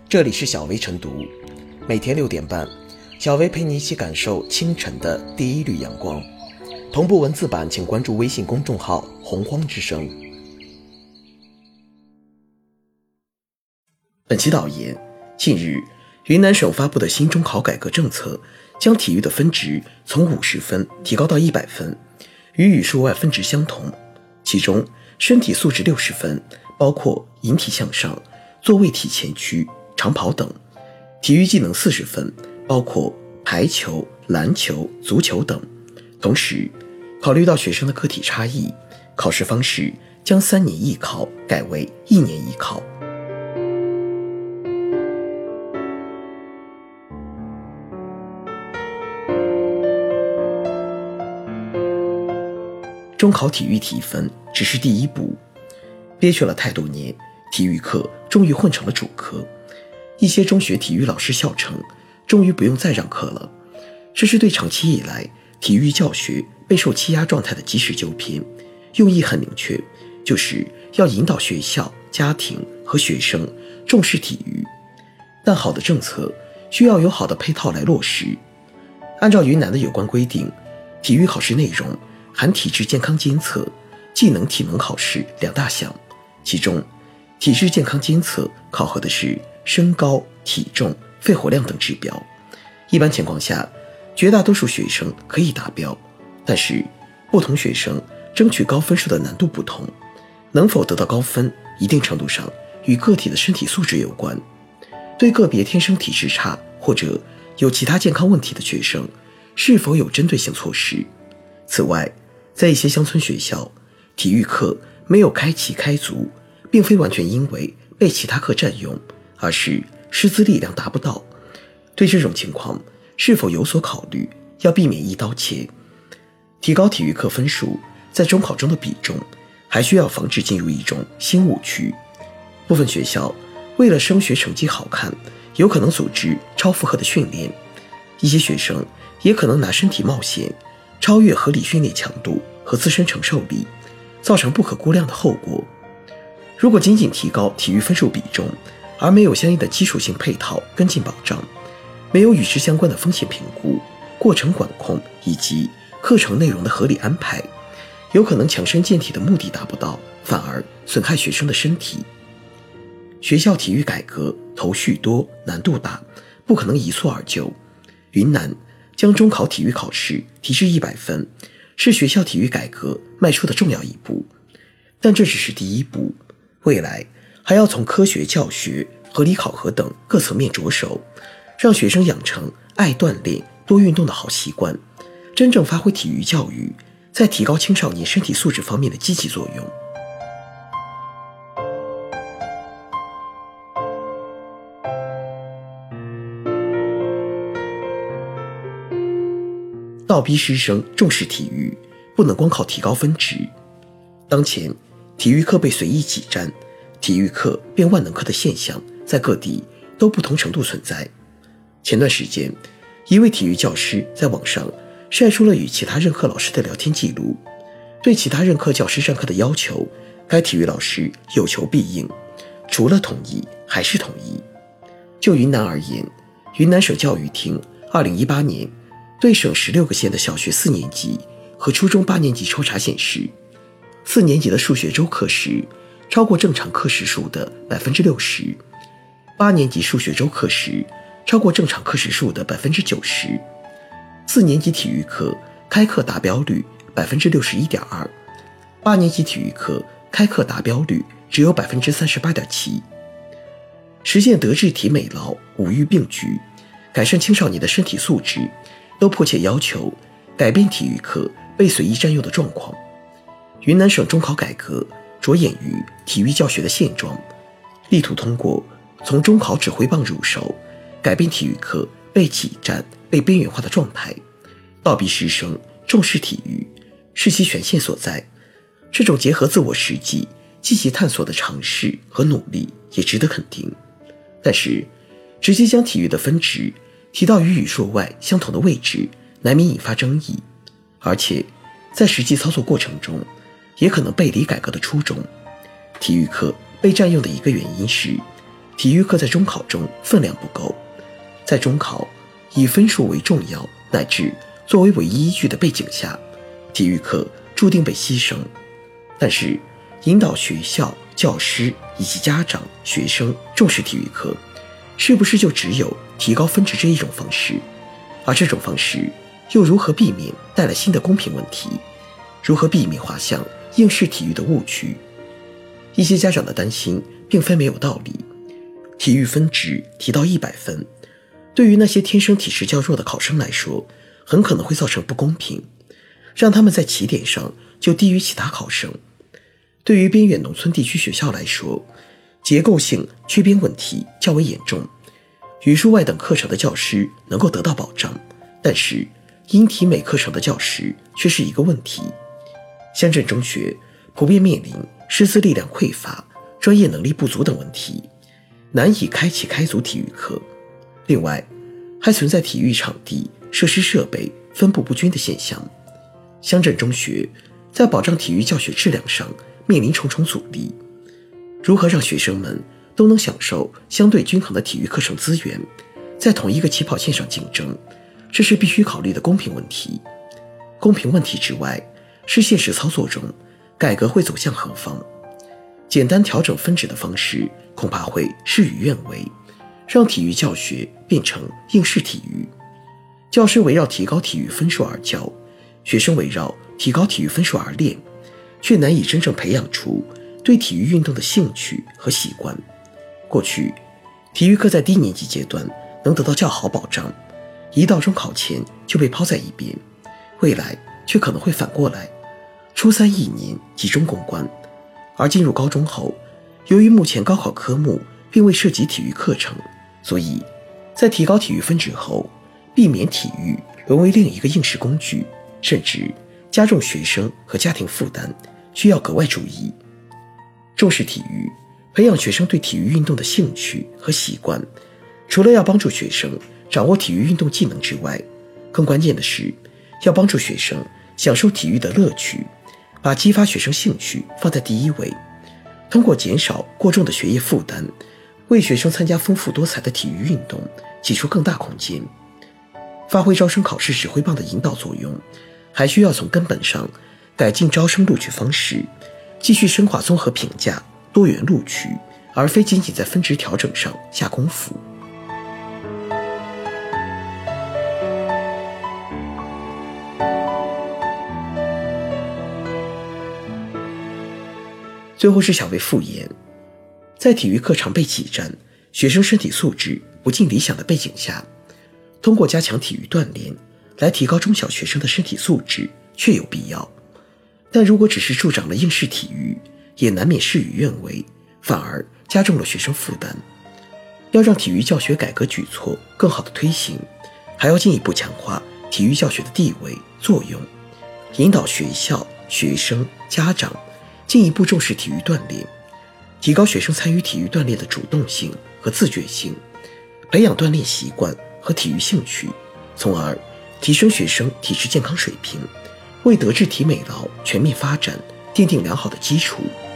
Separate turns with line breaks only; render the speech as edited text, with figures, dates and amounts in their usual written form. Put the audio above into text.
这里是小薇晨读，每天6点半，小薇陪你一起感受清晨的第一缕阳光。同步文字版请关注微信公众号洪荒之声。本期导言：近日，云南省发布的新中考改革政策将体育的分值从50分提高到100分，与语数外分值相同。其中，身体素质60分，包括引体向上、坐位体前屈、长跑等；体育技能40分，包括排球、篮球、足球等。同时，考虑到学生的个体差异，考试方式将3年艺考改为1年艺考。中考体育提分只是第一步，憋屈了太多年，体育课终于混成了主科。一些中学体育老师笑称，终于不用再让课了。这是对长期以来体育教学备受欺压状态的及时纠偏，用意很明确，就是要引导学校、家庭和学生重视体育。但好的政策需要有好的配套来落实。按照云南的有关规定，体育考试内容含体质健康监测、技能体能考试2大项，其中体质健康监测考核的是身高、体重、肺活量等指标。一般情况下，绝大多数学生可以达标，但是不同学生争取高分数的难度不同，能否得到高分，一定程度上与个体的身体素质有关。对个别天生体质差或者有其他健康问题的学生，是否有针对性措施？此外，在一些乡村学校，体育课没有开齐开足，并非完全因为被其他课占用，而是师资力量达不到。对这种情况，是否有所考虑，要避免一刀切？提高体育课分数在中考中的比重，还需要防止进入一种新误区。部分学校为了升学成绩好看，有可能组织超负荷的训练，一些学生也可能拿身体冒险，超越合理训练强度和自身承受力，造成不可估量的后果。如果仅仅提高体育分数比重，而没有相应的基础性配套跟进保障，没有与之相关的风险评估、过程管控以及课程内容的合理安排，有可能强身健体的目的达不到，反而损害学生的身体。学校体育改革头绪多，难度大，不可能一蹴而就。云南将中考体育考试提至100分，是学校体育改革迈出的重要一步。但这只是第一步，未来还要从科学教学、合理考核等各层面着手，让学生养成爱锻炼、多运动的好习惯，真正发挥体育教育在提高青少年身体素质方面的积极作用。倒逼师生重视体育，不能光靠提高分值。当前，体育课被随意挤占，体育课变万能课的现象在各地都不同程度存在。前段时间，一位体育教师在网上晒出了与其他任课老师的聊天记录，对其他任课教师上课的要求，该体育老师有求必应，除了统一还是统一。就云南而言，云南省教育厅2018年对省16个县的小学4年级和初中8年级抽查显示，4年级的数学周课时超过正常课时数的 60%， 8年级数学周课时超过正常课时数的 90%， 4年级体育课开课达标率 61.2%， 8年级体育课开课达标率只有 38.7%。 实现德智体美劳5育并举，改善青少年的身体素质，都迫切要求改变体育课被随意占用的状况。云南省中考改革着眼于体育教学的现状，力图通过从中考指挥棒入手，改变体育课被挤占、被边缘化的状态，倒逼师生重视体育，是其权限所在。这种结合自我实际、积极探索的尝试和努力也值得肯定。但是，直接将体育的分值提到与语数外相同的位置，难免引发争议，而且在实际操作过程中，也可能背离改革的初衷。体育课被占用的一个原因是， 体育课在中考中分量不够，在中考以分数为重要乃至作为唯一依据的背景下，体育课注定被牺牲。但是引导学校、教师以及家长、学生重视体育课，是不是就只有提高分值这一种方式？而这种方式又如何避免带来新的公平问题？如何避免滑向应试体育的误区？一些家长的担心并非没有道理。体育分值提到100分，对于那些天生体质较弱的考生来说，很可能会造成不公平，让他们在起点上就低于其他考生。对于边远农村地区学校来说，结构性缺编问题较为严重，语数外等课程的教师能够得到保障，但是英体美课程的教师却是一个问题。乡镇中学普遍面临师资力量匮乏、专业能力不足等问题，难以开足体育课。另外，还存在体育场地、设施设备分布不均的现象。乡镇中学在保障体育教学质量上面临重重阻力。如何让学生们都能享受相对均衡的体育课程资源，在同一个起跑线上竞争，这是必须考虑的公平问题。公平问题之外，是现实操作中改革会走向何方？简单调整分值的方式恐怕会事与愿违，让体育教学变成应试体育。教师围绕提高体育分数而教，学生围绕提高体育分数而练，却难以真正培养出对体育运动的兴趣和习惯。过去，体育课在低年级阶段能得到较好保障，一到中考前就被抛在一边，未来却可能会反过来，初31年集中攻关，而进入高中后，由于目前高考科目并未涉及体育课程，所以在提高体育分值后，避免体育沦为另一个应试工具，甚至加重学生和家庭负担，需要格外注意。重视体育，培养学生对体育运动的兴趣和习惯，除了要帮助学生掌握体育运动技能之外，更关键的是要帮助学生享受体育的乐趣，把激发学生兴趣放在第一位，通过减少过重的学业负担，为学生参加丰富多彩的体育运动挤出更大空间。发挥招生考试指挥棒的引导作用，还需要从根本上改进招生录取方式，继续深化综合评价、多元录取，而非仅仅在分值调整上下功夫。最后是小薇复言，在体育课常被挤占、学生身体素质不尽理想的背景下，通过加强体育锻炼来提高中小学生的身体素质确有必要。但如果只是助长了应试体育，也难免事与愿违，反而加重了学生负担。要让体育教学改革举措更好的推行，还要进一步强化体育教学的地位作用，引导学校、学生、家长进一步重视体育锻炼，提高学生参与体育锻炼的主动性和自觉性，培养锻炼习惯和体育兴趣，从而提升学生体质健康水平，为德智体美劳全面发展奠定良好的基础。